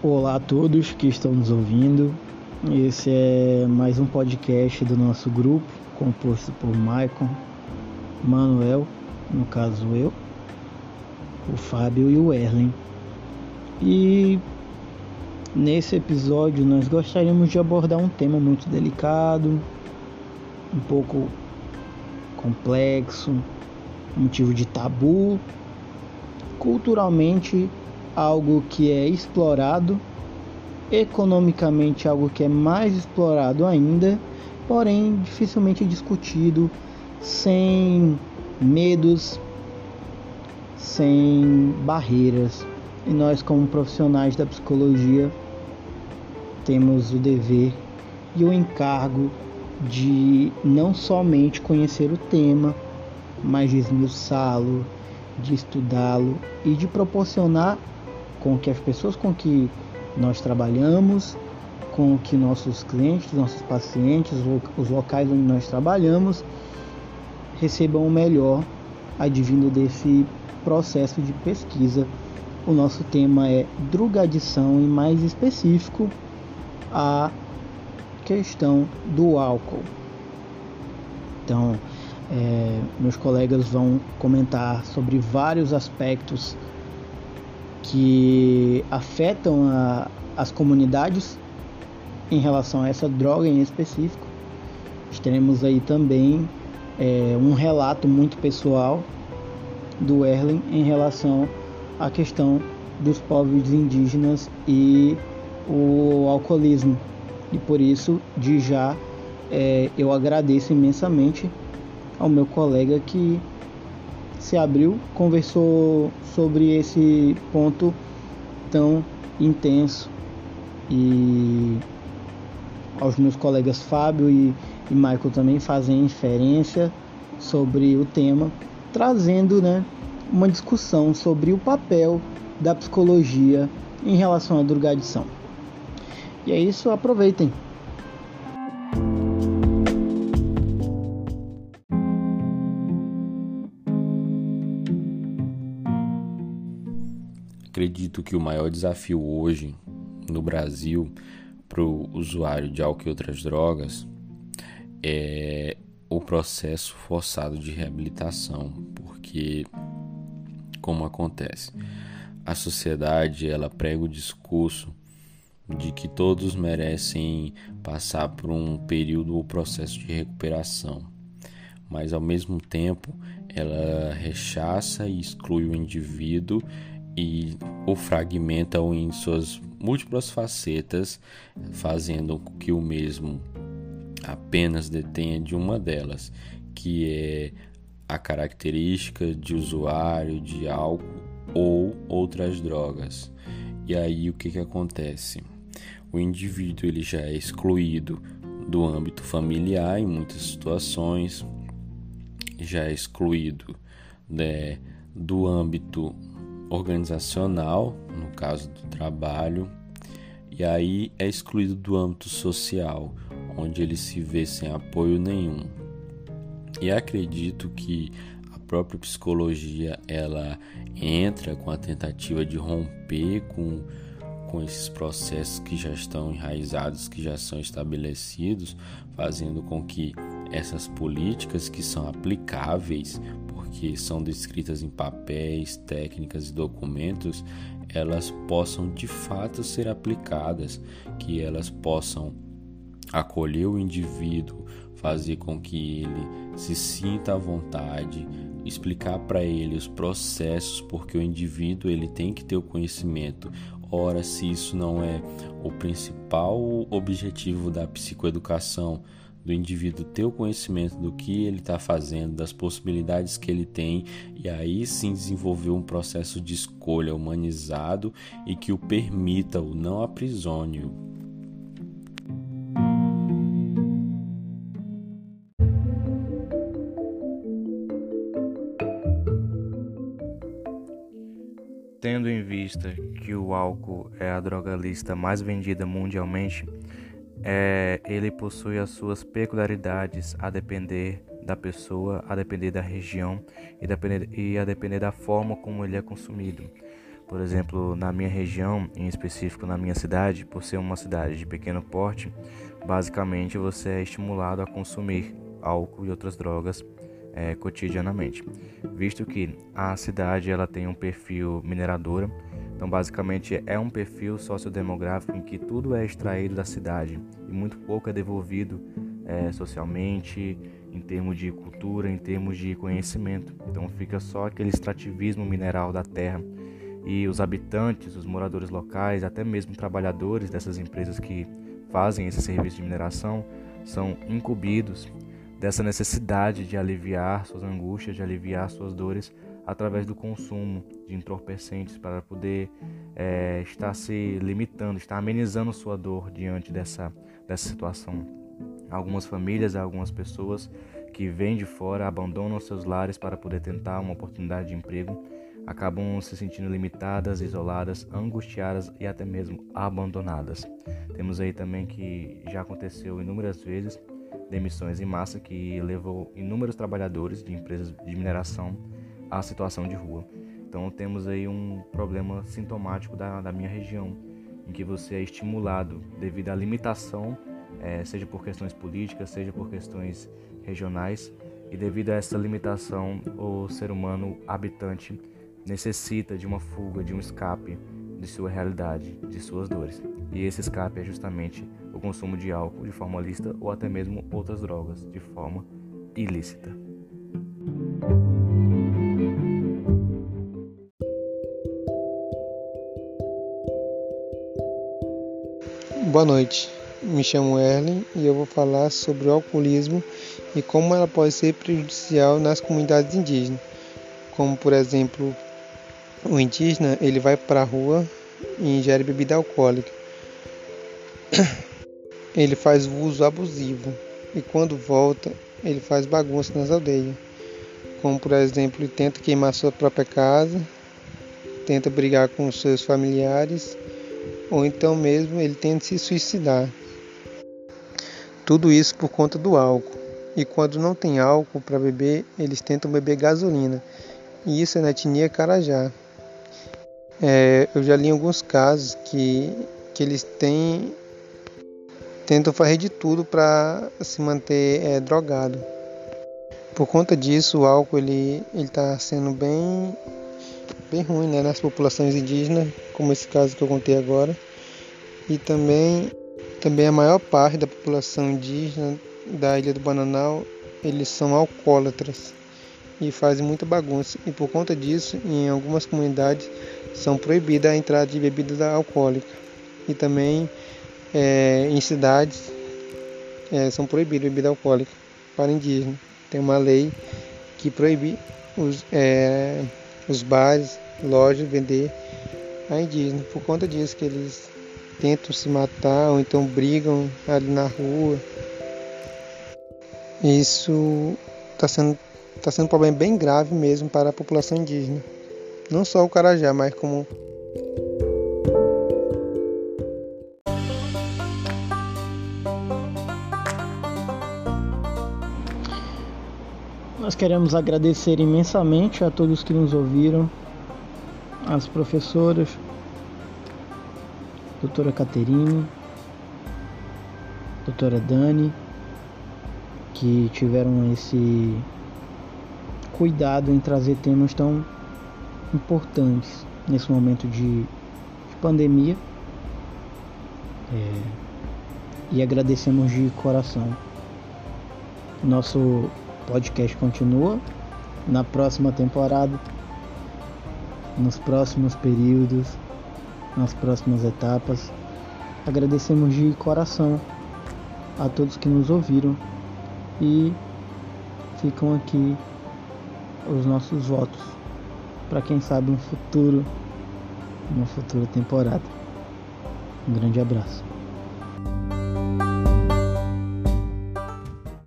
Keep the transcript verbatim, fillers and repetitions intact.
Olá a todos que estão nos ouvindo. Esse é mais um podcast do nosso grupo, composto por Maicon, Manuel, no caso eu, o Fábio e o Erlen. E nesse episódio nós gostaríamos de abordar um tema muito delicado, um pouco complexo, motivo de tabu, culturalmente algo que é explorado, economicamente algo que é mais explorado ainda, porém dificilmente discutido, sem medos, sem barreiras. E nós, como profissionais da psicologia, temos o dever e o encargo de não somente conhecer o tema, mas de esmiuçá-lo, de estudá-lo e de proporcionar com que as pessoas com que nós trabalhamos, com que nossos clientes, nossos pacientes, os locais onde nós trabalhamos, recebam o melhor advindo desse processo de pesquisa. O nosso tema é drogadição e, mais específico, a questão do álcool. Então, é, meus colegas vão comentar sobre vários aspectos que afetam a, as comunidades em relação a essa droga em específico. Teremos aí também é, um relato muito pessoal do Erlen em relação à questão dos povos indígenas e o alcoolismo. E por isso, de já, é, eu agradeço imensamente ao meu colega que se abriu, conversou sobre esse ponto tão intenso, e aos meus colegas Fábio e, e Michael também fazem inferência sobre o tema, trazendo, né, uma discussão sobre o papel da psicologia em relação à drogadição. E é isso, aproveitem! Acredito que o maior desafio hoje no Brasil para o usuário de álcool e outras drogas é o processo forçado de reabilitação, porque, como acontece, a sociedade ela prega o discurso de que todos merecem passar por um período ou processo de recuperação, mas ao mesmo tempo ela rechaça e exclui o indivíduo e o fragmenta-o em suas múltiplas facetas, fazendo com que o mesmo apenas detenha de uma delas, que é a característica de usuário de álcool ou outras drogas. E aí o que, que acontece? O indivíduo ele já é excluído do âmbito familiar em muitas situações, já é excluído, né, do âmbito organizacional, no caso do trabalho, e aí é excluído do âmbito social, onde ele se vê sem apoio nenhum. E acredito que a própria psicologia ela entra com a tentativa de romper com, com esses processos que já estão enraizados, que já são estabelecidos, fazendo com que essas políticas que são aplicáveis, que são descritas em papéis, técnicas e documentos, elas possam de fato ser aplicadas, que elas possam acolher o indivíduo, fazer com que ele se sinta à vontade, explicar para ele os processos, porque o indivíduo ele tem que ter o conhecimento. Ora, se isso não é o principal objetivo da psicoeducação, do indivíduo ter o conhecimento do que ele está fazendo, das possibilidades que ele tem, e aí sim desenvolver um processo de escolha humanizado e que o permita, o não aprisione-o. Tendo em vista que o álcool é a droga lícita mais vendida mundialmente, É, ele possui as suas peculiaridades a depender da pessoa, a depender da região e, depender, e a depender da forma como ele é consumido. Por exemplo, na minha região, em específico na minha cidade, por ser uma cidade de pequeno porte, basicamente você é estimulado a consumir álcool e outras drogas é, cotidianamente, visto que a cidade ela tem um perfil mineradora. Então, basicamente, é um perfil sociodemográfico em que tudo é extraído da cidade e muito pouco é devolvido é, socialmente, em termos de cultura, em termos de conhecimento. Então, fica só aquele extrativismo mineral da terra e os habitantes, os moradores locais, até mesmo trabalhadores dessas empresas que fazem esse serviço de mineração, são incumbidos dessa necessidade de aliviar suas angústias, de aliviar suas dores, através do consumo de entorpecentes para poder é, estar se limitando, estar amenizando sua dor diante dessa, dessa situação. Algumas famílias, algumas pessoas que vêm de fora, abandonam seus lares para poder tentar uma oportunidade de emprego, acabam se sentindo limitadas, isoladas, angustiadas e até mesmo abandonadas. Temos aí também que já aconteceu inúmeras vezes demissões em massa que levou inúmeros trabalhadores de empresas de mineração à situação de rua. Então temos aí um problema sintomático da, da minha região, em que você é estimulado devido à limitação, é, seja por questões políticas, seja por questões regionais, e devido a essa limitação, o ser humano habitante necessita de uma fuga, de um escape de sua realidade, de suas dores. E esse escape é justamente o consumo de álcool de forma lícita ou até mesmo outras drogas de forma ilícita. Boa noite, me chamo Erlen e eu vou falar sobre o alcoolismo e como ela pode ser prejudicial nas comunidades indígenas. Como, por exemplo, o indígena ele vai para a rua e ingere bebida alcoólica. Ele faz uso abusivo e quando volta ele faz bagunça nas aldeias. Como, por exemplo, ele tenta queimar sua própria casa, tenta brigar com seus familiares, ou então mesmo ele tenta se suicidar. Tudo isso por conta do álcool. E quando não tem álcool para beber, eles tentam beber gasolina. E isso é na etnia Carajá. É, eu já li em alguns casos que, que eles têm, tentam fazer de tudo para se manter é, drogado. Por conta disso, o álcool ele está sendo bem, bem ruim, né, nas populações indígenas, como esse caso que eu contei agora. E também, também a maior parte da população indígena da Ilha do Bananal, eles são alcoólatras e fazem muita bagunça. E por conta disso, em algumas comunidades, são proibida a entrada de bebida alcoólica. E também é, em cidades é, são proibidas bebida alcoólica para indígenas. Tem uma lei que proíbe os, é, os bares, lojas vender a indígenas. Por conta disso que eles tentam se matar ou então brigam ali na rua. Isso está sendo, tá sendo um problema bem grave mesmo para a população indígena. Não só o Carajá, mas como... Nós queremos agradecer imensamente a todos que nos ouviram, as professoras, doutora Caterine, doutora Dani, que tiveram esse cuidado em trazer temas tão importantes nesse momento de, de pandemia. É, e agradecemos de coração. Nosso podcast continua na próxima temporada, nos próximos períodos, nas próximas etapas. Agradecemos de coração a todos que nos ouviram e ficam aqui os nossos votos para quem sabe um futuro, uma futura temporada. Um grande abraço.